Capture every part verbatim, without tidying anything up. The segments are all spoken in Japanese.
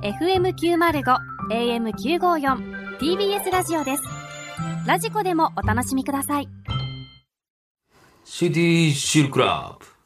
エフエムきゅうまるご、エーエムきゅうごよん ティービーエス ラジオです。ラジコでもお楽しみください。 シティシルクラブ。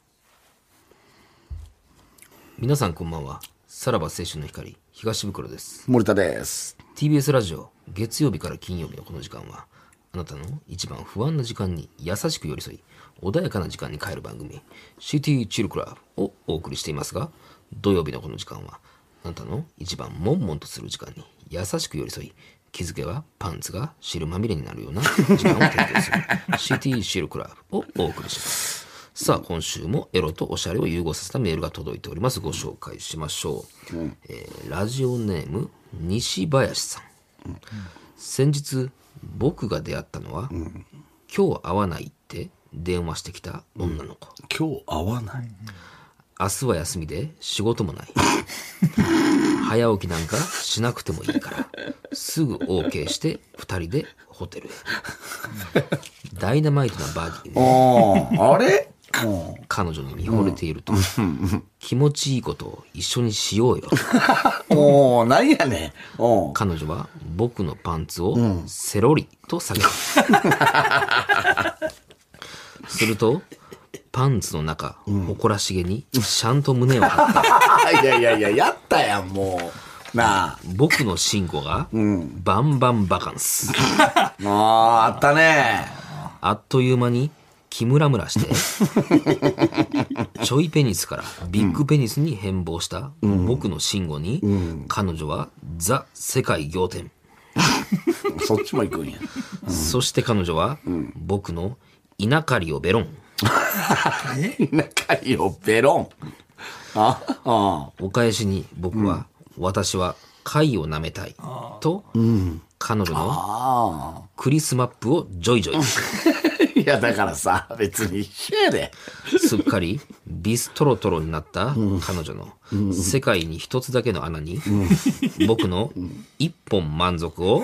皆さんこんばんは。さらば青春の光東袋です。 森田です。 ティービーエス ラジオ月曜日から金曜日のこの時間はあなたの一番不安な時間に優しく寄り添い穏やかな時間に変える番組シティチルクラブをお送りしていますが、土曜日のこの時間はあなたの一番悶々とする時間に優しく寄り添い気づけばパンツが汁まみれになるような時間を提供するシティシルクラブをお送りします。さあ今週もエロとおしゃれを融合させたメールが届いております。ご紹介しましょう、うんえー、ラジオネーム西林さん、うん、先日僕が出会ったのは、うん、今日会わないって電話してきた女の子、うん、 今日会わない、 明日は休みで仕事もない早起きなんかしなくてもいいからすぐ OK してふたりでホテルへダイナマイトなバディであれ彼女に見惚れていると、うん、気持ちいいことを一緒にしようよおーなんやねん。お彼女は僕のパンツをセロリと下げる、うん、するとパンツの中、うん、誇らしげにちゃんと胸を張ったいやいやいややったやんもうなあ。 僕のシンコが、うん、バンバンバカンスあああったね。 あっという間に木ムラムラしてちょいペニスからビッグペニスに変貌した僕のシンゴに、うん、彼女はザ世界仰天そっちも行くんや、 うん、そして彼女は、うん、僕の稲刈りをベロン稲刈りをベロンああお返しに僕は、うん、私は貝を舐めたいと、うん、彼女のクリスマップをジョイジョイいやだからさ別に一緒やですっかりビストロトロになった彼女の世界に一つだけの穴に僕の一本満足を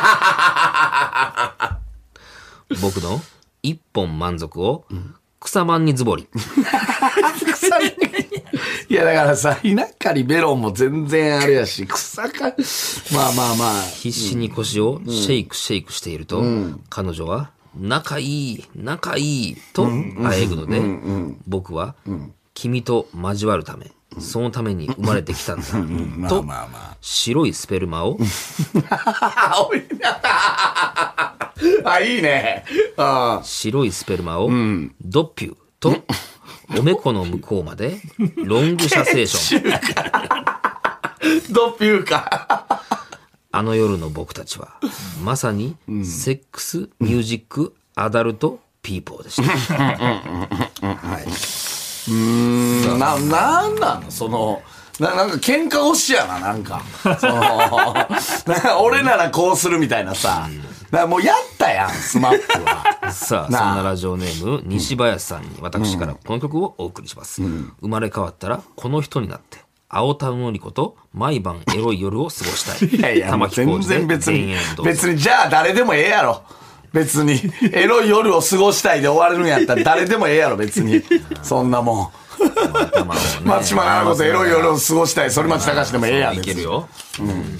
僕の一本満足を草まんにズボリいやだからさ稲刈りベロンも全然あれやし草かまあまあまあ必死に腰をシェイクシェイクしていると、うん、彼女は仲いい仲いいとあえぐので、うんうん、僕は、うん、君と交わるためそのために生まれてきたんだ、うん、と、まあまあまあ、白いスペルマをあいいねあ白いスペルマを、うん、ドッピューとおめこの向こうまでロングシャセーションドッピューかあの夜の僕たちはまさにセックス、ミュージック、アダルト、ピーポーでした。はい。 うーんな、なんなのそのな、なんか喧嘩推しやななんかそのなんか俺ならこうするみたいなさなもうやったやんスマップはさあそんなラジオネーム西林さんに私からこの曲をお送りします、うん、生まれ変わったらこの人になって青田のりこと毎晩エロい夜を過ごしたい。 いやいやもう全然別に別にじゃあ誰でもええやろ別にエロい夜を過ごしたいで終われるんやったら誰でもええやろ別にそんなもん松島奈々子とエロい夜を過ごしたい反町隆史でもええやんいけるよ、 うん、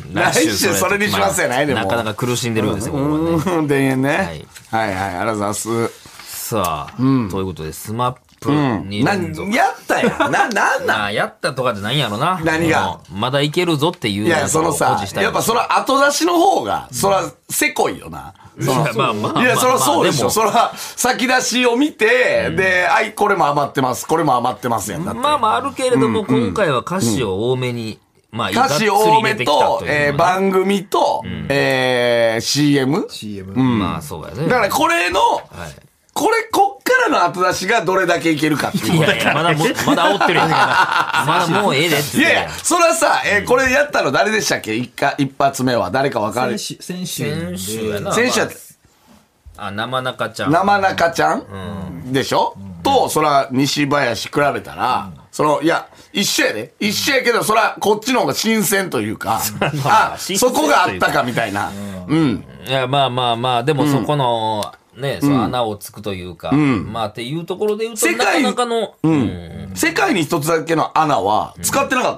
来週それにしますやないでもなかなか苦しんでるんですよ、 うん田園ね、はい、はいはいありがとうございますさあ、うん、ということでスマップに連続、 うん、やったやんな、なんなんやったとかじゃないんやろな何がまだいけるぞっていういやそのさやっぱその後出しの方がそらせこいよな、 いやまあまあまあいやそらそうでしょ、そら先出しを見て、うん、であいこれも余ってますこれも余ってますやんだってまあまああるけれども、うん、今回は歌詞を多めに、うん、まあ歌詞多めと、えー、番組と、うん、えー、シーエム、 シーエム、うん、まあそうやね。 だからこれの、はい、これこっからの後出しがどれだけいけるかっていう。 いやいやまだもまだ煽ってるやんまだもうええでって。 いやいやそれはさ、えー、これやったの誰でしたっけ？一か一発目は誰か分かる？ 先週先週やな。 先週やあ生中ちゃん生中ちゃん、うん、でしょ、うん、とそら西林比べたら、うん、そのいや一緒やで一緒やけどそらこっちの方が新鮮というかあそこがあったかみたいな、うん、うん、 いやまあまあまあでもそこの、うん、ねその穴をつくというか、うん、まあっていうところで言うとなかなかの、 うんうん、世界に一つだけの穴は使ってなかったの？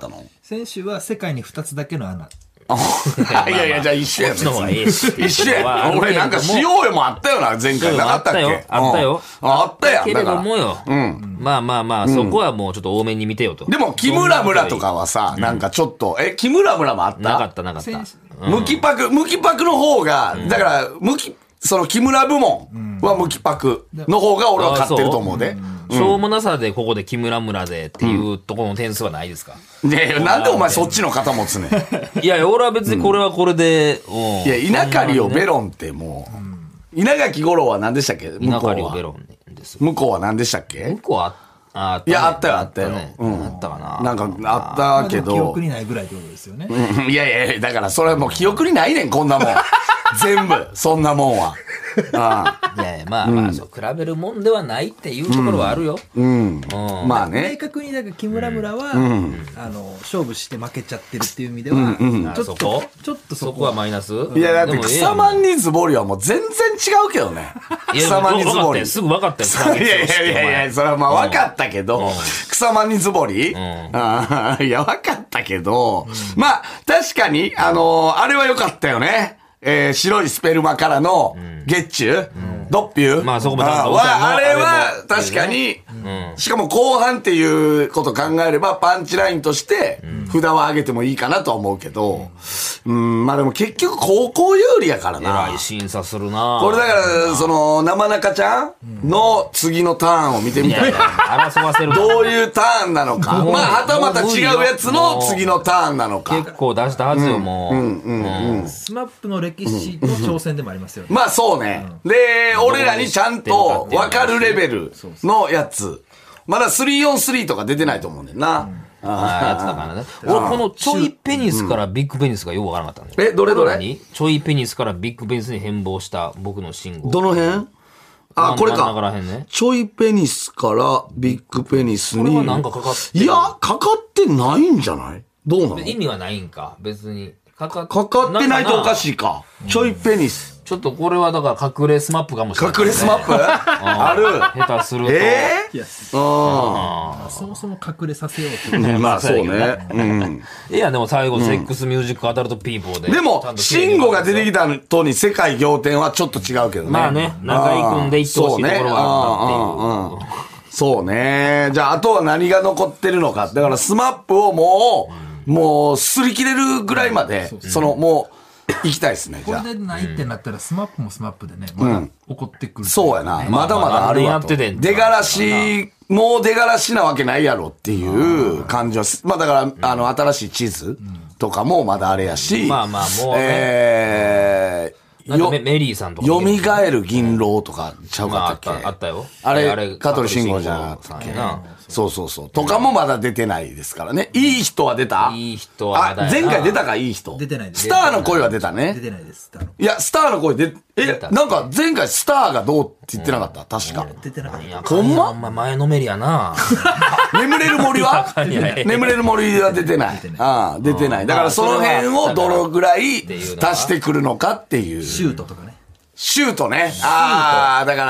先週は世界にふたつだけの穴。 いやいや、じゃあ一緒やん。 こっちの方がええし。 一緒やん。俺なんか塩よもあったよな、前回なかったっけ。 あったよ。 あったやん。 けれどもよ。まあまあまあ、そこはもうちょっと多めに見てよと。 でも、木村村とかはさ、なんかちょっと、え、木村村もあった？ なかったなかった。 ムキパク、ムキパクの方が、だから、ムキ、その木村部門はムキパクの方が俺は勝ってると思うで。 しょうもなさでここで木村村でっていうところの点数はないですか？ いやいや、なんでお前そっちの肩持つねん。 いやいや、俺は別にこれはこれで、 いや、稲刈りをベロンってもう、稲垣吾郎は何でしたっけ？ 稲刈りをベロンです。 向こうは何でしたっけ？ 向こうは、あ、 いや、あったよ、あったよ。 うん。あったかな。 なんか、あったけど。 記憶にないぐらいってことですよね。 いやいや、だからそれはもう記憶にないねん、こんなもん。全部、そんなもんは。 ああいやいや、まあまあ、そう、比べるもんではないっていうところはあるよ。 うん。まあね。 明確に、だから木村村は、あの、勝負して負けちゃってるっていう意味では、ちょっと、ちょっとそこはマイナス？ いや、だって草間にズボリはもう全然違うけどね。草間にズボリ。 すぐ分かったよ。 いやいやいやいや、それはまあ分かったけど、草間にズボリ？いや、分かったけど、まあ、確かに、あの、あれは良かったよね。えー、白いスペルマからの月中、ドッピュー、 まあそこもちゃんとは、あれは確かに、しかも後半っていうことを考えればパンチラインとして札を上げてもいいかなとは思うけど、うん、まあでも結局高校有利やからな。 えらい審査するな。 これだから、その、生中ちゃんの次のターンを見てみたいな。 争わせる。 どういうターンなのか。まあ、はたまた違うやつの次のターンなのか。 結構出したはずよ、もう。 スマップの歴史の挑戦でもありますよね。 まあそうね。で、俺らにちゃんと分かるレベルのやつ。まださんよんさんとか出てないと思うねんな。 ああ、やつだからね。俺、このちょいペニスからビッグペニスがよくわからなかったんだよ。 え、どれどれちょいペニスからビッグペニスに変貌した僕の信号。 どの辺？あ、これか。 ね、 ちょいペニスからビッグペニスに。 これはなんかかかっていや、かかってないんじゃない？どうなの？ 意味はないんか、別に。 かかかかってないとおかしいか。ちょいペニス。 ちょっとこれはだから隠れスマップかもしれない、ね。 隠れスマップある。 下手すると。 えー、 あそもそも隠れさせようと。 まあそうね。うん。 いやでも最後、セックスミュージックアダルトピーポーで。 でも、シンゴが出てきたとに世界仰天はちょっと違うけどね。 まあね、仲井くんでいってほしいところがあったっていう。 そうね。じゃあ、あとは何が残ってるのか。だからスマップをもう、もう、すり切れるぐらいまで、その、もう、行きたいですね、じゃあ。 これでないってなったら、スマップもスマップでね、まだ怒ってくる。 そうやな。まだまだあるわと。出がらし、もう出がらしなわけないやろっていう感じは、まあだから、あの、新しい地図とかもまだあれやし、 まあまあもう、 えー、 よメリーさんとか。 蘇る銀狼とかちゃうかったっけ？ あったよ。 あれ、香取慎吾じゃなかったっけな。そうそうそう。とかもまだ出てないですからね。いい人は出た？ いい人はまだ。 あ、前回出たか、いい人。 出てないです。 スターの声は出たね。 出てないです、スターの。 いや、スターの声で、え、なんか前回スターがどうって言ってなかった確か。 出てなかった。 ほんま？ お前前のめりやな。 眠れる森は眠れる森は出てない。ああ、出てない。だからその辺をどのぐらい足してくるのかっていう。 シュートとかね。 シュートね。ああ、だから、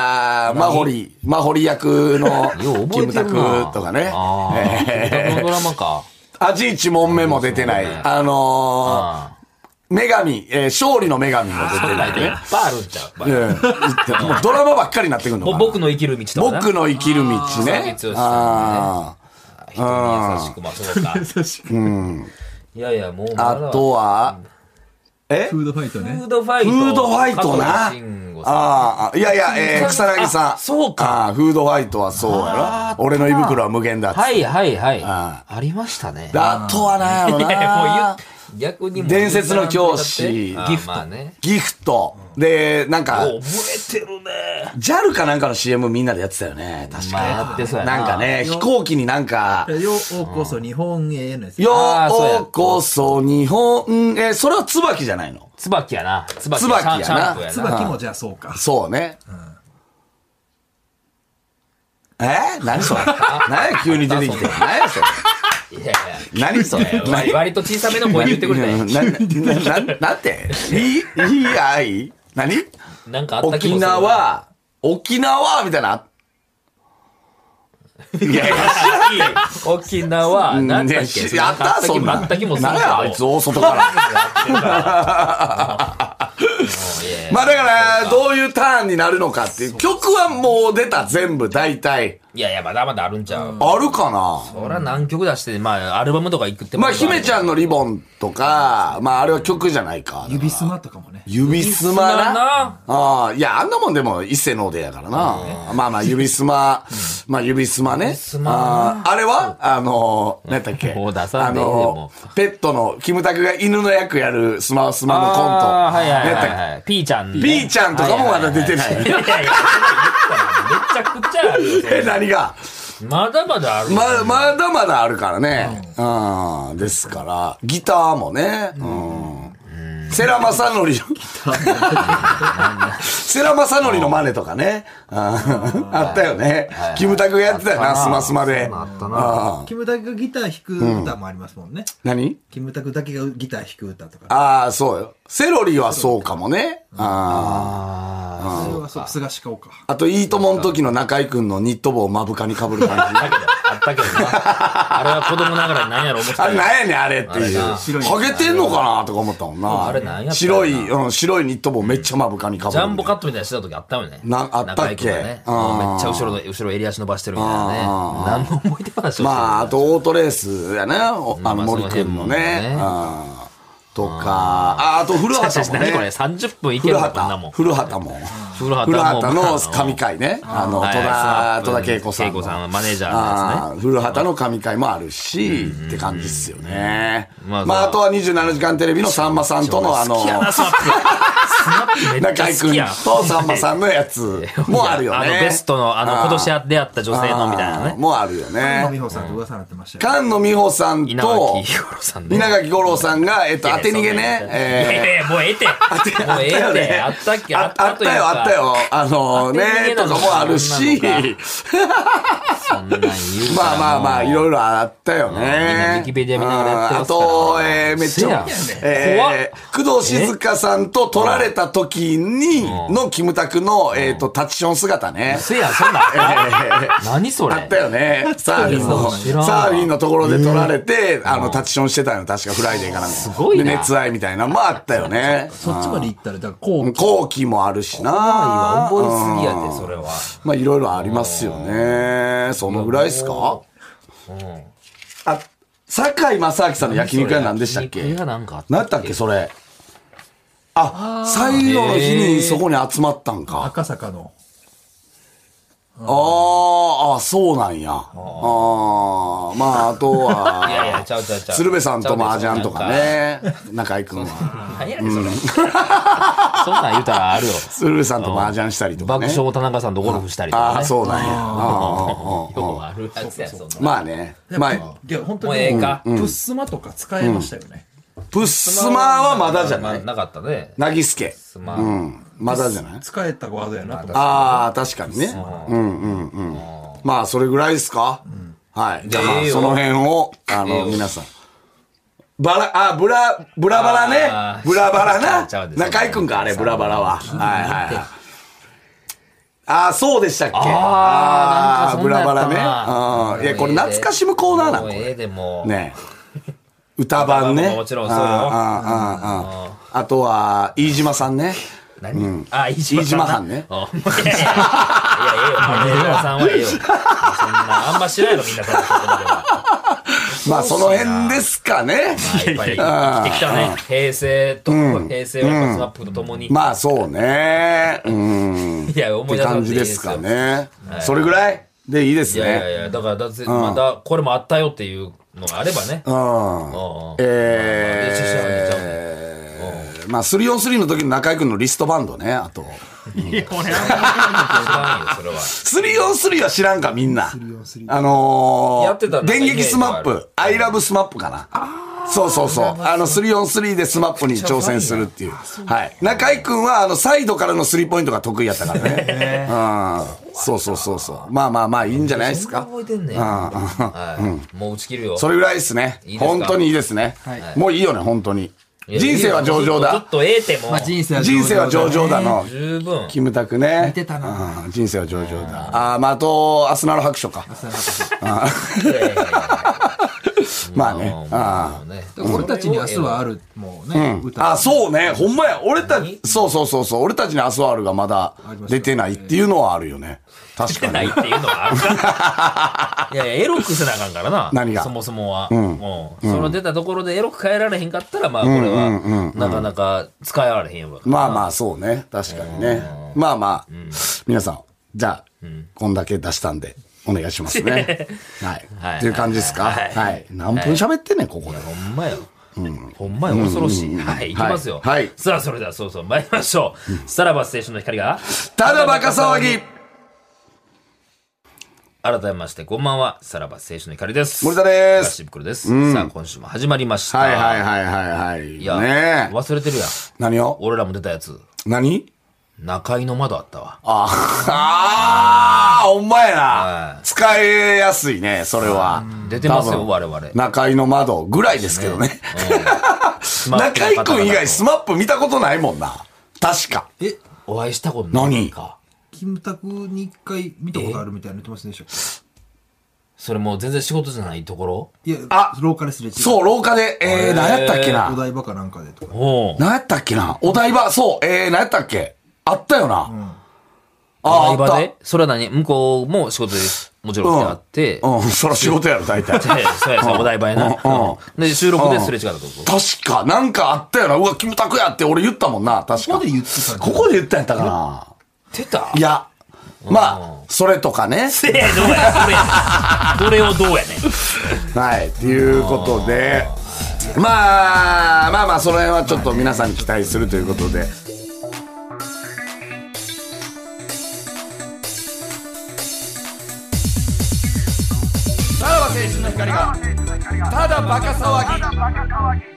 マホリ、マホリ役のキムタクとかね。 ああ、キムタクのドラマか。 アジ一問目も出てない。あのー、女神、えー、勝利の女神も出てないね。 いっぱいあるんちゃう。 もうドラマばっかりになってくるのかな。 僕の生きる道とか。 僕の生きる道ね。 ああ。人に優しく、まあそうか。 優しく。 うん。 いやいや、もう。 あとは、えフードファイトね。 フードファイト。 フードファイトな。ああ、いやいや、えー、草薙さん。 そうか。 あフードファイトはそうやろ。俺の胃袋は無限だっつって。 はいはいはい。ありましたね。 あとはなんやろな。 いやいやもう逆に伝説の教師、 ギフト。 ギフト。で、なんか、 覚えてるね。 ジャル かなんかの シーエム みんなでやってたよね。確かに。 まあやってそうやな。 なんかね、飛行機になんか。 ようこそ日本へのやつ。 ようこそ日本へ、それは椿じゃないの？ 椿やな。 椿やな。 椿もじゃあそうか。 そうね。え何それ？何や急に出てきて。何やそれ？ いやいや。 何それ？ 割と小さめの声言ってくれたよ。 な、な、なんていい、いいやい何なんかあった気もする。 沖縄、沖縄みたいな。 いやいや、 沖縄、なんだっけ、 やったそんな。 全くもするけど。 何やあいつ大外から。まあだからどういうターンになるのかっていう曲はもう出た全部大体。 いやいやまだまだあるんちゃう。 あるかな。 そりゃ何曲出してまあアルバムとかいくっても。 まあ姫ちゃんのリボンとかまああれは曲じゃないか。 指すまとかもね。 指すまな。ああいやあんなもんでも伊勢のでやからな。まあまあ指すままあ指すまね。ああれはあの何だっけ。 もう出さんでいいでもペットのキムタクが犬の役やるスマスマのコント。 はいはいはいはい。ピーちゃん。 ピーちゃんとかもまだ出てない。 いやいやめちゃくちゃあるよ。 え何が。 まだまだある。 ま、まだまだあるからね。うん。ですから、ギターもね。うん。世良正則。世良正則の真似とかね。あったよね。キムタクがやってたよな、スマスマで。 あったな。キムタクがギター弾く歌もありますもんね。 何？ キムタクだけがギター弾く歌とか。 ああ、そうよ。セロリはそうかもね。ああ。それはそう、菅氏顔か。 あと、いいともの時の中居くんのニット帽を目深に被る感じ。 あったけどな。あれは子供ながらに何やろ思ってた。 あれ何やねんあれっていう。ハゲてんのかなとか思ったもんな。 あれ何やった白い、うん、白いニット帽めっちゃ目深に被る。 ジャンボカットみたいなしてた時あったよね。 な、あったっけ、 ね、めっちゃ後ろの、後ろ襟足伸ばしてるみたいなね。何の思い出話をしてる。 まあ、あとオートレースやね。あの森くんのね。とか、あ、あと古畑もね。 何これさんじゅっぷんいけるのかなもん。 古畑も。古畑の神回ね。あの、戸田、戸田恵子さん。 恵子さんはマネージャーのやつね。 古畑の神回もあるし、って感じっすよね。まあ、あとはにじゅうななじかんテレビのさんまさんとのあの、中居くんとさんまさんのやつもあるよね。 あのベストの、あの、今年出会った女性のみたいなね。 もうあるよね。 菅野美穂さんと噂になってましたよ。 菅野美穂さんと、 稲垣吾郎さんね。 稲垣吾郎さんが、えっと、当て逃げね。 ええ、もうええて。もうええて。あったっけ。 あったよ、あったよ。あのね、とかもあるし。まあまあまあ、いろいろあったよね。 ウィキペディア見ながらやってますから。あと、えー、めっちゃ、えー、工藤静香さんと撮られた時に、のキムタクの、えっと、タッチション姿ね。 せや、そんな。何それ。 あったよね。サーフィンの、サーフィンのところで撮られて、あの、タッチションしてたよ。確かフライデーかなんか。 すごいね。 熱愛みたいなのもあったよね。 そっちまで行ったら、だから後期。後期もあるしな。 覚えすぎやで、それは。 まあ、いろいろありますよね。そのぐらいですか？あ、堺正明さんの焼肉屋何でしたっけ？何だったっけ、それ。あ、最後の日にそこに集まったんか。 赤坂の。 ああ、そうなんや。ああ、まあ、あとは、 いやいや、ちゃうちゃうちゃう。 鶴瓶さんと麻雀とかね、中居くんは。 何やねん、それ。そんなん言うたらあるよ。 鶴瓶さんと麻雀したりとかね。 爆笑田中さんとゴルフしたりとかね。 ああ、そうなんや。 よくあるやつや、そんな。 まあね。まあ、 いや、本当に、プッスマとか使えましたよね。 プッスマはまだじゃない？ なかったね。 なぎすけ。うん。まだじゃない？ 使えたワードやなと思って。 ああ、確かにね。うんうんうん。まあ、それぐらいですか？はい。じゃあまあ、その辺を、あの、皆さん。バラ、あ、ブラ、ブラバラね。ブラバラな。中居くんか、あれ、ブラバラは。はいはいはい。ああ、そうでしたっけ？ああ、ブラバラね。いや、これ懐かしむコーナーなの？ ええでも。 ね。歌版ね。 もちろんそうよ。 あとは、飯島さんね。 何？あ、飯島さんね。 いやいや、いや、ええよ。マネージャーさんはええよ。そんな、あんま知らんやろ、みんな。 まあ、その辺ですかね。 やっぱり、生きてきたね。平成と、平成はスマップとともに。 まあ、そうね。うん。 いや、思い出って感じですかね。それぐらいでいいですね。いやいやいや、だから、だって、また、これもあったよっていうのがあればね。 うん。えー。まあ、スリーオンスリーの時の中居くんのリストバンドね、あと。 いや、これ、知らんよ、 それは。 スリーオンスリーは知らんか、みんな。あのー、 やってた電撃スマップ、アイラブスマップかな。そうそうそう。あの、スリーオンスリーでスマップに挑戦するっていう。はい。中居くんは、あの、サイドからのスリーポイントが得意やったからね。うん。そうそうそうそう。まあまあまあ、いいんじゃないですか。 覚えてんねん。もう打ち切るよ。 それぐらいですね。本当にいいですね。もういいよね、本当に。 人生は上々だ。 ちょっとええても。 まあ人生は人生は上々だの。 十分。 キムタクね。 見てたな。 うん、人生は上々だ。ああ、まあ、あと、アスナル白書か。まあね。ああ。俺たちに明日はある、もうね。 あ、そうね。ほんまや。俺たち、そうそうそうそう。俺たちに明日はあるがまだ出てないっていうのはあるよね。確かに。 ないっていうのはあるか。いやいや、エロくせなあかんからな。 何がそもそもは。もう、その出たところでエロく変えられへんかったら、まあ、これは、なかなか使いられへんよ。 まあまあ、そうね。確かにね。まあまあ、皆さん、じゃあ、こんだけ出したんで、お願いしますね。はい。っていう感じですか。はい。何分喋ってんねん、ここで。 ほんまよ。ほんまよ、恐ろしい。はい、いきますよ。 はい。 さあ、それでは、そうそう、参りましょう。さらば青春の光が、 ただバカ騒ぎ。 改めまして、こんばんは。さらば青春の光です。 森田です。 東袋です。さあ、今週も始まりました。 はいはいはいはいはい。 いや、 ね忘れてるやん。 何を俺らも出たやつ。 何中井の窓あったわ。 ああ、ほんまやな。使いやすいね、それは。 出てますよ、我々。 中井の窓ぐらいですけどね。中井くん以外スマップ見たことないもんな。確か。 え、 お会いしたことないか。 キムタクに一回見たことあるみたいな言ってますでしょ。 それもう全然仕事じゃないところいや、あ、廊下ですれ違う。 そう、廊下で、えー、何やったっけな。 お台場かなんかでとか。 何やったっけな。お台場、そう、えー、何やったっけあったよな。 お台場でそれは何向こうも仕事でもちろん来てあって。 うん、そら仕事やろ、大体。 そうや、そう、お台場やな。で、収録ですれ違ったとこ。 確か、なんかあったよな。うわ、キムタクやって俺言ったもんな、確か。 ここで言ってたここで言ったんやったかな。 出たいや、まあ、それとかね。 せや、どうや、それや。どれをどうやねん。はい、っていうことで、まあ、まあまあ、その辺はちょっと皆さんに期待するということで。さらば青春の光が、ただバカ騒ぎ。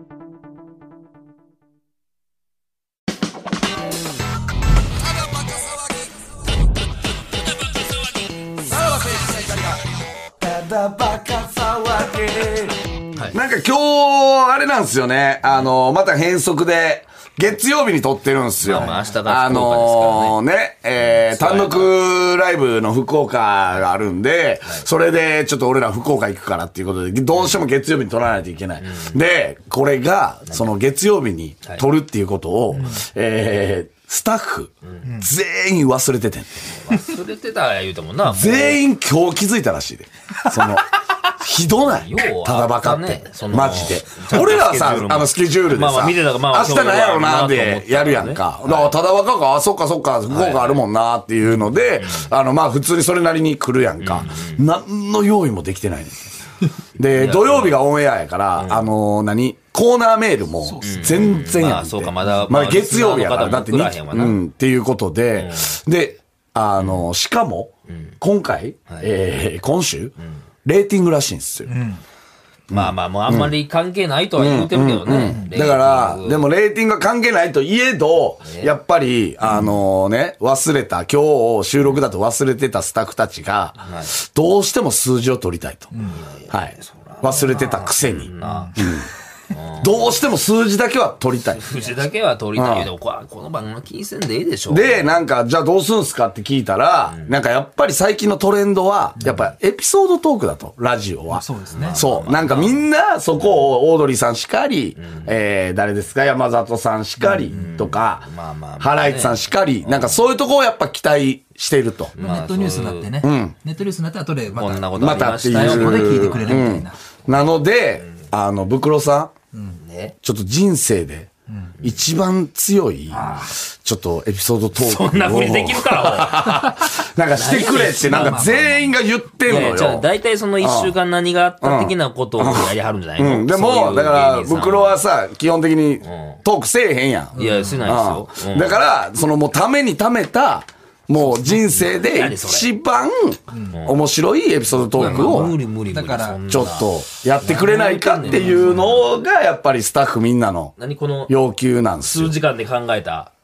なんか今日、あれなんですよね。あの、また変則で、月曜日に撮ってるんですよ。 まあまあ明日が福岡ですからね。 あのね、えー、単独ライブの福岡があるんで、はい、それでちょっと俺ら福岡行くからっていうことで、どうしても月曜日に撮らないといけない。うん、で、これが、その月曜日に撮るっていうことを、はい、えー、スタッフ、うん、全員忘れててん。 忘れてた言うてもな。 全員今日気づいたらしいで。その、ひどない。ただバカって。マジで。俺らはさ、あのスケジュールでさ、明日なんやろなってやるやんか。だからただバカか、あ、そっかそっか、福岡あるもんなっていうので、あの、まあ普通にそれなりに来るやんか。何の用意もできてないねん。で、土曜日がオンエアやから、あの、何コーナーメールも全然やん。 そうか、まだ。 まだ月曜日やから、だってに、うん、っていうことで、で、あの、しかも、今回、え、今週、レーティングらしいんですよ。 まあまあ、もうあんまり関係ないとは言うてるけどね。 だから、でもレーティングが関係ないといえど、やっぱり、あのね、忘れた、今日収録だと忘れてたスタッフたちが、どうしても数字を取りたいと。はい。忘れてたくせに。どうしても数字だけは取りたい。 数字だけは取りたいけど、この番組の気にせんでいいでしょ。 で、なんか、じゃあどうするんすかって聞いたら、なんかやっぱり最近のトレンドは、やっぱエピソードトークだと、ラジオは。 そうですね。 そう。なんかみんなそこをオードリーさんしかり、えー、誰ですか山里さんしかりとか、ハライチさんしかり、なんかそういうとこをやっぱ期待していると。 ネットニュースになってね。ネットニュースになって後でまた、 またっていう。 ここで聞いてくれるみたいな。 なので、あの、ブクロさん。ちょっと人生で一番強いちょっとエピソードトークをそんなふりできるかなんかしてくれってなんか全員が言ってんのよ。 じゃあ大体その一週間何があった的なことをやりはるんじゃないの。 でもだからブクロはさ基本的にトークせえへんやん。 いやしないですよ。 だからそのもうためにためたもう人生で一番面白いエピソードトークをだからちょっとやってくれないかっていうのがやっぱりスタッフみんなの要求なんですよ。 数時間で考えた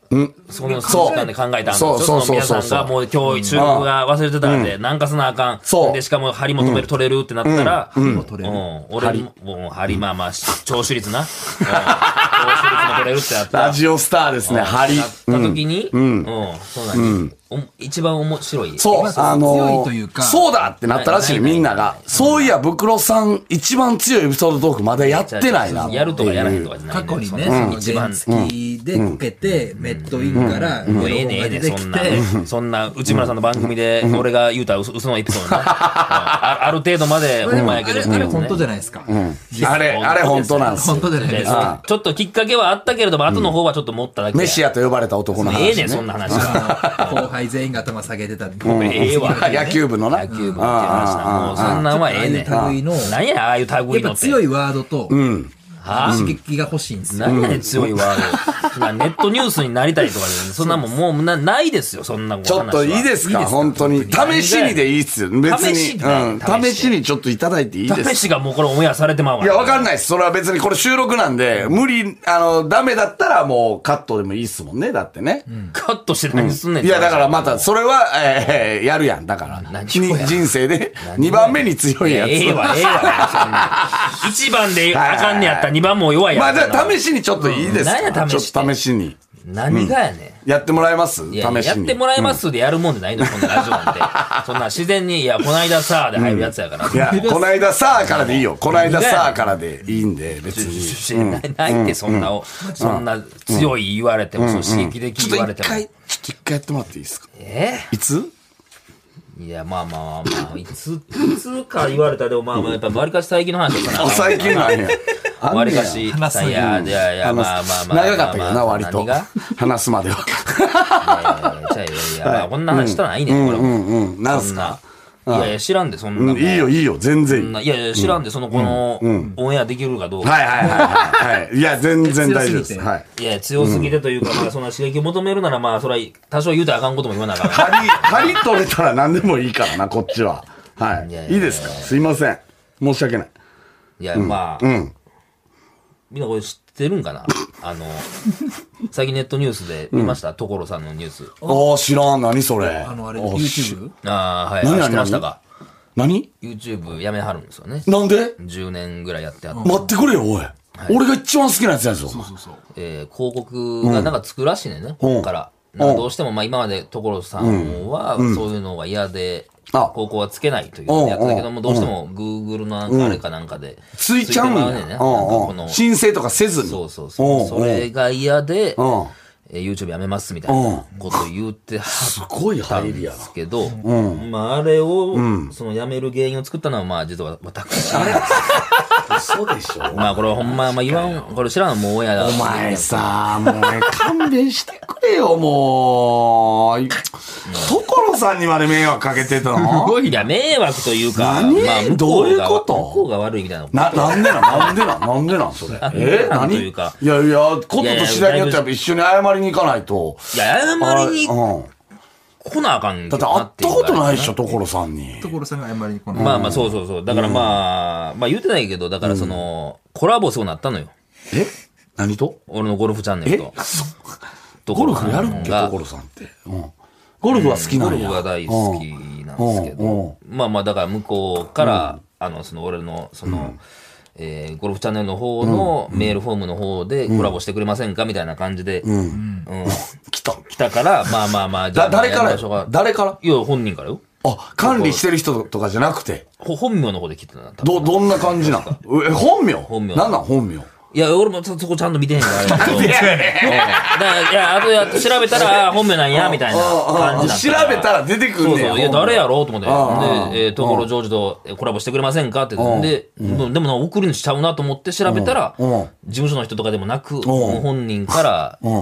そのその時間で考えたんだ。 そうそうそうそう皆さんがもう今日収録が忘れてたんで、なんかすなあかん。 そうで、しかも針も止める、取れるってなったら、うん。 取れる俺も、もう針、まあまあ、聴取率な。聴取率も取れるってなった。 ラジオスターですね、針。 なった時に、うん。そうなんです。一番面白い。 そう、あの強いというかそうだってなったらしい、みんなが。そういや、ブクロさん、一番強いエピソードトークまだやってないな。 やるとかやらへんとかじゃない。 過去にね、その一番好きでこけて、メットインから、 もうええねええね、そんな、そんな、内村さんの番組で、俺が言うたら嘘のエピソードな。ある程度まで、ほんまやけど。 あれ本当じゃないですか。 あれ、あれ本当なんです。 本当じゃないですか。 ちょっときっかけはあったけれども、後の方はちょっと持っただけ。 メシアと呼ばれた男の話。 ええねん、そんな話は。 後輩全員が頭下げてたんで。 ええわ。 野球部のな。 野球部っていう話だ。もうそんなんはええねん。 ああいう類の。 何や、ああいう類のって。 やっぱ強いワードと、刺激が欲しいんですよ。 何やねん、強いワード。ネットニュースになりたいとかで、そんなもんもうなないですよ、そんなちょっといいですか、本当に。試しにでいいっすよ。別に。試しにちょっといただいていいですか。 試しがもうこれオンエアされてまうわ。 いや、わかんないです。それは別にこれ収録なんで、無理、あの、ダメだったらもうカットでもいいっすもんね、だってね。 カットして何すんねん。 いや、だからまた、それは、え、やるやん。だから。人生でにばんめに強いやつ。 ええわ、ええわ。いちばんであかんねやったらにばんも弱いやん。 まあ、じゃあ試しにちょっといいですか。 何や試しちょっと試しに。 何がやねん。やってもらえます試しに。 やってもらえますでやるもんじゃないの、こんなラジオなんて。そんな自然に、いや、こないださーで入るやつやから。 いや、こないださーからでいいよ。こないださーからでいいんで、別に。 ないって、そんな、そんな強い言われても、刺激的言われても。 ちょっと一回、ちょっと一回やってもらっていいですか。 えいついや、まあまあまあ、いつ、いつか言われたら、でもまあまあ、やっぱ割かし最近の話だから。 あ、最近なんや。 割かし、いや、いやいや、まあまあまあ。 長かったけどな、割と。話すまでは。 いやいやいや、まあこんな話したらないねん、これも。 なんすかいやいや、知らんで、そんな。 いいよ、いいよ、全然。 いやいや、知らんで、その、この、オンエアできるかどうか。 はいはいはいはい。いや、全然大丈夫です。はい。 いや、強すぎてというか、まあ、そんな刺激を求めるなら、まあ、それは、多少言うたらあかんことも言わなあかん。 針、針取れたら何でもいいからな、こっちは。はい。いいですか？すいません。申し訳ない。 いや、まあ、みんなこれ知ってるんかなあの、最近ネットニュースで見ました所さんのニュース。 ああ、知らん。何それ。 あの、あれ、YouTube？ ああ、はい。知ってましたか？ 何 ?YouTube やめはるんですよね。 なんで ? じゅうねんぐらいやってあって。 待ってくれよ、おい。俺が一番好きなやつやんぞ。そうそうそう。 えー、広告がなんか作るらしいねんね、ここから。どうしても、まあ今まで所さんは、そういうのが嫌で、広告はつけないというやつだけども、どうしても Google のなんかあれかなんかで。 ついちゃうんや。申請とかせずに。 そうそうそう。それが嫌で、YouTube やめますみたいなこと言ってはったんですけど、まああれを、そのやめる原因を作ったのは、まあ実は私。 嘘でしょ。 まあこれほんま、まあ言わん、これ知らんもう親だ。 お前さ、もうね、勘弁してくれよ、もう。所さんにまで迷惑かけてたの？ いや、迷惑というか、 何？まあ、どういうこと？ 向こうが悪いみたいな。 な、なんでなんなんでなんなんでなんそれ。え何というか。いやいや、ことと次第によっては一緒に謝りに行かないと。 いや、謝りに来なあかんだって会ったことないでしょ、所さんに。 所さんが謝りに来ない。 まあまあ、そうそうそう。だからまあ、まあ言うてないけど、だからその、コラボそうなったのよ。 え何と俺のゴルフチャンネルと。 ゴルフやるっけ、所さんって。ゴルフは好きなんや。 ゴルフが大好きなんですけど。まあまあ、だから向こうから、あの、その俺の、その、えー、ゴルフチャンネルの方のメールフォームの方でコラボしてくれませんかみたいな感じで、うん。うん。 来た。 来たから、まあまあまあ、 じゃあ。誰から誰からいや、本人からよ。 あ、管理してる人とかじゃなくて。 本名の方で来てたな。 ど、どんな感じなの？え、本名？本名。なんなん本名？ いや、俺もそこちゃんと見てへんからあれだけど。いや、あとやって調べたら、本名なんや、みたいな感じだった。 調べたら出てくるね。 そうそう。いや、誰やろうと思って。で、え、所ジョージとコラボしてくれませんかって言って、でも送るにしちゃうなと思って調べたら、事務所の人とかでもなく、本人から、うん。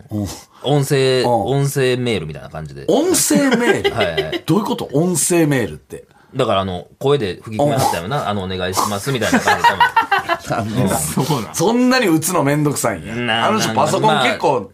音声、音声メールみたいな感じで。 音声メール？ はい。 どういうこと？音声メールって。 だから、あの、声で吹き込みましたよな。あの、お願いします、みたいな感じで。 そんなに打つのめんどくさいんや。あの人パソコン結構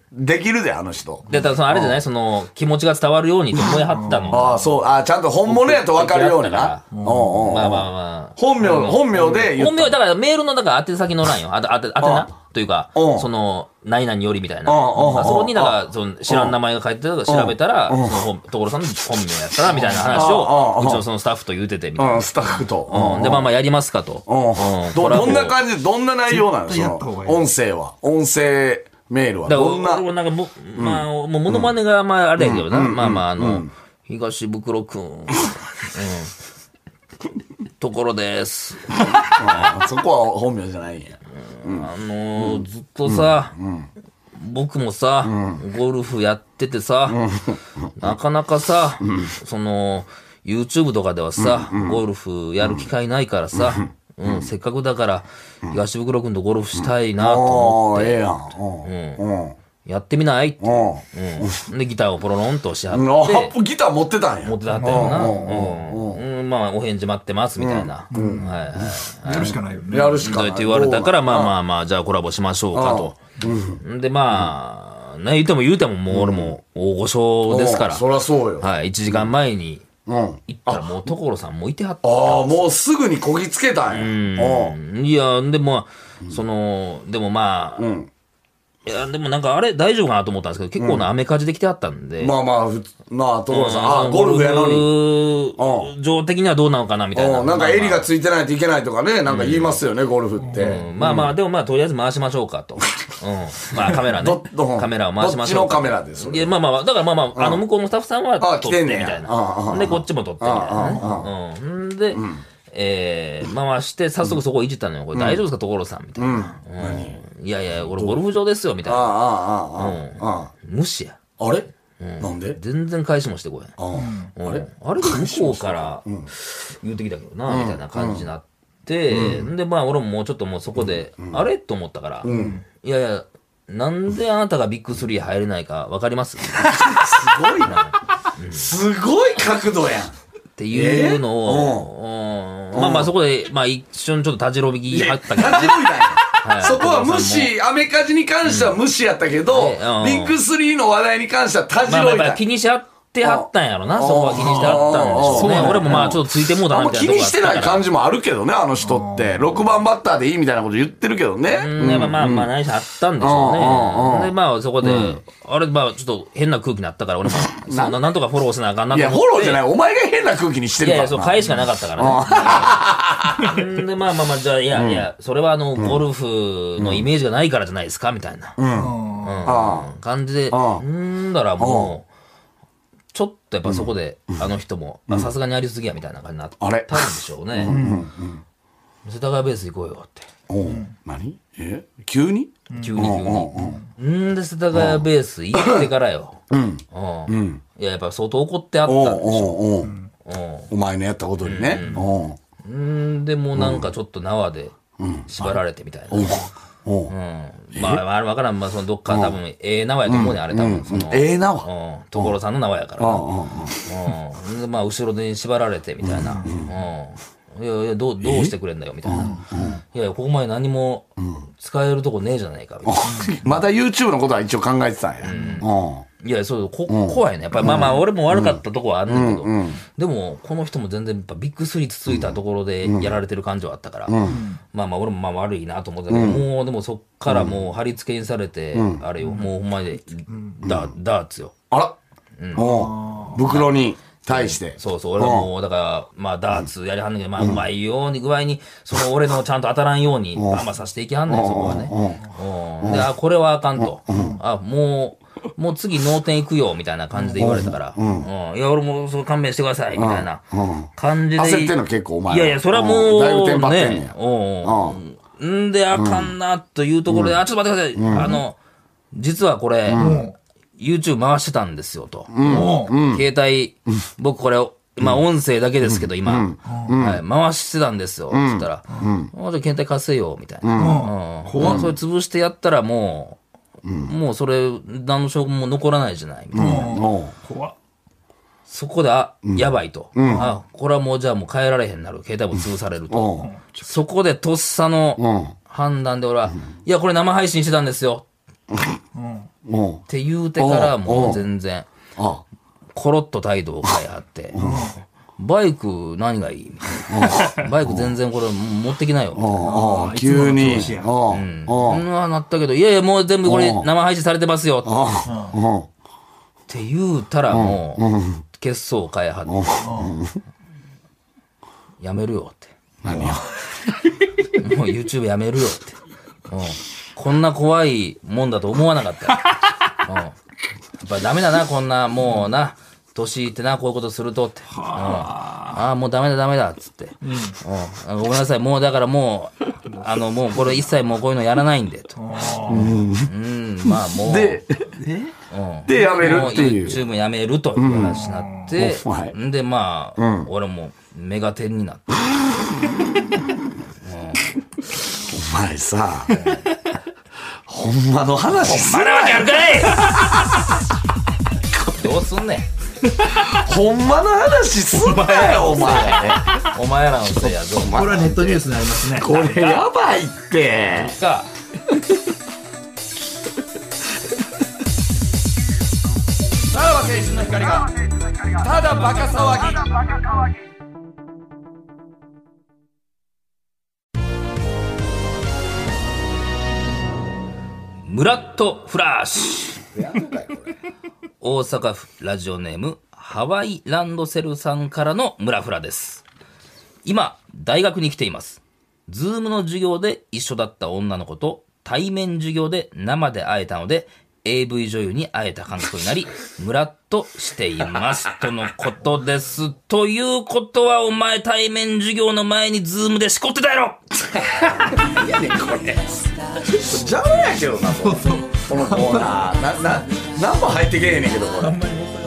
できるで、あの人。 で、ただそのあれじゃないその、気持ちが伝わるようにと思いはったの。 ああ、そう。ああ、ちゃんと本物やと分かるようにな。 まあまあまあ。 本名、本名で言った。 本名、だからメールの、だから宛先の欄よ。あて、あて、あてなというか、その、何々よりみたいな。そこに、だから、その、知らん名前が書いてたから調べたら、その、所さんの本名やったら、みたいな話を、うちのそのスタッフと言うてて、みたいな。 スタッフと。 で、まあまあ、やりますかと。 どんな感じで、どんな内容なのその、音声は。音声メールは。どんな。 俺なんかも、まあ、もう、モノマネが、まあ、あれやけどな。まあまあ、あの、東袋くん。ところです。 そこは本名じゃないんや。 あのずっとさ、僕もさ、ゴルフやっててさ、なかなかさ、その、YouTube とかではさ、ゴルフやる機会ないからさ、うん、せっかくだから、東袋くんとゴルフしたいなと思って。 ええやん。 やってみないって。うん。で、ギターをポロロンとしはって。 ギター持ってたんや。 持ってたってよな。うん。まあ、お返事待ってます、みたいな。はいはい。 やるしかないよね。 やるしかない。 って言われたから、まあまあまあ、じゃあコラボしましょうかと。で、まあ、ね、言うても言うてももう俺も大御所ですから。 そりゃそうよ。 はい。いちじかんまえに行ったらもう所さんもいてはった。 ああ、もうすぐにこぎつけたんや。 いや、でも、その、でもまあ、いや、でもなんかあれ大丈夫かなと思ったんですけど、結構な雨風で来てあったんで。 まあまあ、まあ、所さん、ああ、ゴルフやのに。 上的にはどうなのかなみたいな。 なんか襟がついてないといけないとかね、なんか言いますよね、ゴルフって。 まあまあ、でもまあ、とりあえず回しましょうかと。うん。まあ、カメラね。カメラを回しましょう。 どっちのカメラです。 いや、まあまあ、だからまあまあ、あの向こうのスタッフさんは撮ってみたいな。で、こっちも撮ってみたいなね。うん。で、えー、回して、早速そこいじったのよ。これ大丈夫ですか、所さんみたいな。いやいや、俺ゴルフ場ですよ、みたいな。ああ、ああ、ああ。無視や。 あれなんで全然返しもしてこい。あれあれで向こうから言うてきたけどな、みたいな感じになって、で、まあ俺ももうちょっともうそこで、あれと思ったから、いやいや、なんであなたがビッグスリー入れないかわかりますすごいな。すごい角度やん。 っていうのを、まあまあそこで、まあ一瞬ちょっとたじろびきあったけど。 たじろびだよ。そこは無視、アメカジに関しては無視やったけど、ビッグスリーの話題に関してはたじろいだ。 まあ気にし合ってはったんやろな、そこは気にしてはったんでしょうね。俺もまあちょっとついてもうだなみたいな。 気にしてない感じもあるけどね、あの人って。ろくばんバッターでいいみたいなこと言ってるけどね。 まあまあまあ何しあったんでしょうね。で、まあそこで、あれ、まあちょっと変な空気になったから、俺も、なんとかフォローせなあかんなと思って。 いや、フォローじゃない、お前が変な空気にしてるから。 いやいや、そう、返しかなかったからね。で、まあまあまあ、じゃあ、いやいや、それはあの、ゴルフのイメージがないからじゃないですか、みたいな。うん。感じで、んだらもう、ちょっとやっぱそこで、あの人も、さすがにありすぎや、みたいな感じになったんでしょうね。世田谷ベース行こうよって。 何え急に急に急に。んで、世田谷ベース行ってからよ。うん。いや、やっぱ相当怒ってあったんでしょ。 お前のやったことにね。 んで、もうなんかちょっと縄で縛られてみたいな。うん。まあ、あれわからん。まあ、そのどっか多分、ええ縄やと思うね、あれ多分。 ええ縄うん。所さんの縄やから。うん。で、まあ、後ろで縛られてみたいな。うん。いやいや、どう、どうしてくれんだよ、みたいな。いやいや、ここまで何も使えるとこねえじゃないか、みたいな。 また YouTube のことは一応考えてたんや。 いや、そう、こ、怖いね。やっぱり、まあまあ、俺も悪かったとこはあるんだけど、でも、この人も全然、やっぱビッグスリーつついたところでやられてる感じはあったから、まあまあ、俺もまあ悪いなと思ってたけど、もう、でもそっからもう貼り付けにされて、あれよ、もうほんまに、ダーツよ。 あら袋に。対して。 そうそう、俺はもう、だから、まあ、ダーツやりはんねんけど、まあ、うまいように具合に、その俺のちゃんと当たらんように、あんまさせていきはんねん、そこはね。で、あ、これはあかんと。あ、もう、もう次脳天行くよ、みたいな感じで言われたから、いや、俺もそう勘弁してください、みたいな感じで。 焦ってんの結構お前。 いやいや、それはもう、だいぶテンパってんねん。んで、あかんな、というところで、あ、ちょっと待ってください。あの、実はこれ、YouTube 回してたんですよと。携帯、僕これ、まあ音声だけですけど今、はい、回してたんですよ。つったら、もうじゃあ携帯貸せよ、みたいな。それ潰してやったらもう、もうそれ、何の証拠も残らないじゃない、みたいな。そこで、あ、やばいと。あ、これはもうじゃあもう変えられへんなる。携帯も潰されると。そこでとっさの判断で俺は、いや、これ生配信してたんですよ。 って言うてからもう全然コロッと態度を変えはってバイク何がいいみたいなバイク全然これ持ってきなよみたいな急にうんなったけどいやいやもう全部これ生配信されてますよって言うたらもう血相を変えはってやめるよって何よもう YouTube やめるよって、うん、こんな怖いもんだと思わなかった、うん、やっぱダメだなこんなもうな年いってなこういうことするとって、うん、ああもうダメだダメだっつって、うんうん、ごめんなさいもうだからもうあのもうこれ一切もうこういうのやらないんでと、うん、うん、まあもうでうん、でやめるっていう YouTube やめるという話になって、うん、でまあ、うん、俺もメガテンになって、 お前さ、うん、ほんまの話すんなわけあるかいどうすんねんほんまの話すんなよお前お前らのせいやぞこれはネットニュースになりますねこれやばいってかさらば青春の光がただバカ騒ぎムラッとフラッシュ大阪府ラジオネームハワイランドセルさんからのムラフラです。今大学に来ています。ズームの授業で一緒だった女の子と対面授業で生で会えたのでエーブイ 女優に会えた感覚になりムラッとしていますとのことです。ということはお前対面授業の前にズームでしこってたやろいやねこれ邪魔やけどなこのコーナーなな何も入ってけへんねんけどこれ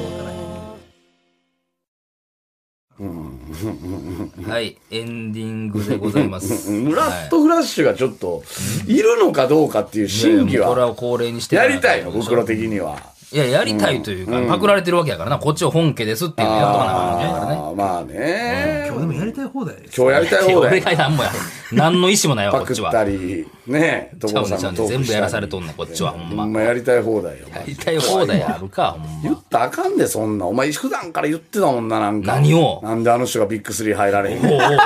はい、エンディングでございますムラッとフラッシュがちょっといるのかどうかっていう審議はこれは恒例にしてやりたいの袋的にはいややりたいというか、うん、パクられてるわけやからなこっちを本家ですっていうのやっとかなあかんねんからねまあね、 うん、今日でもやりたい放題です今日やりたい放題俺が何もや何の意思もないわこっちはパクったりねちゃうねちゃうね全部やらされとんねんこっちはほんまほんまやりたい放題よやりたい放題あるかほんま言ったらあかんでそんなお前普段から言ってたもんななんか何をなんであの人がビッグスリー入られへんおおおおおおおおお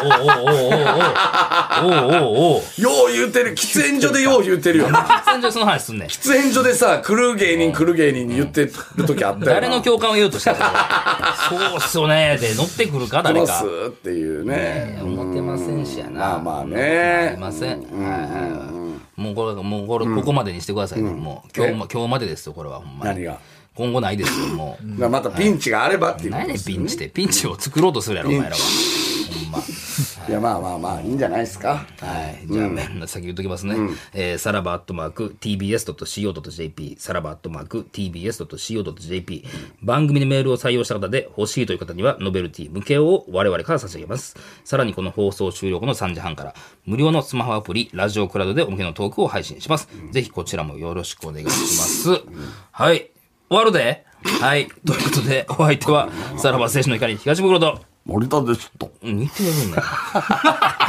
おおよう言うてる喫煙所でよう言うてるよな喫煙所でその話すんねん喫煙所でさ来る芸人来る芸人に言ってる時あったよな誰の共感を言おうとしてるそうっすよねで乗ってくるか誰かそうっすっていうね思ってませんしやなまあまあねありませんもうこれもうこれここまでにしてくださいねもう今日も今日までですよこれはほんまに何が今後ないですよもうまたピンチがあればっていう何でピンチってピンチを作ろうとするやろお前らはほんまいやまあまあまあいいんじゃないですかはいじゃあ、ねうん、先言っときますね、うんえー、さらばアットマーク ティービーエスドットシーオードットジェーピー さらばアットマーク ティービーエスドットシーオードットジェーピー 番組にメールを採用した方で欲しいという方にはノベルティ無形を我々から差し上げます。さらにこの放送終了後のさんじはんから無料のスマホアプリラジオクラウドでお向けのトークを配信します、うん、ぜひこちらもよろしくお願いします、うん、はい終わるではいということでお相手はさらば青春の光東袋と森田でした似てるね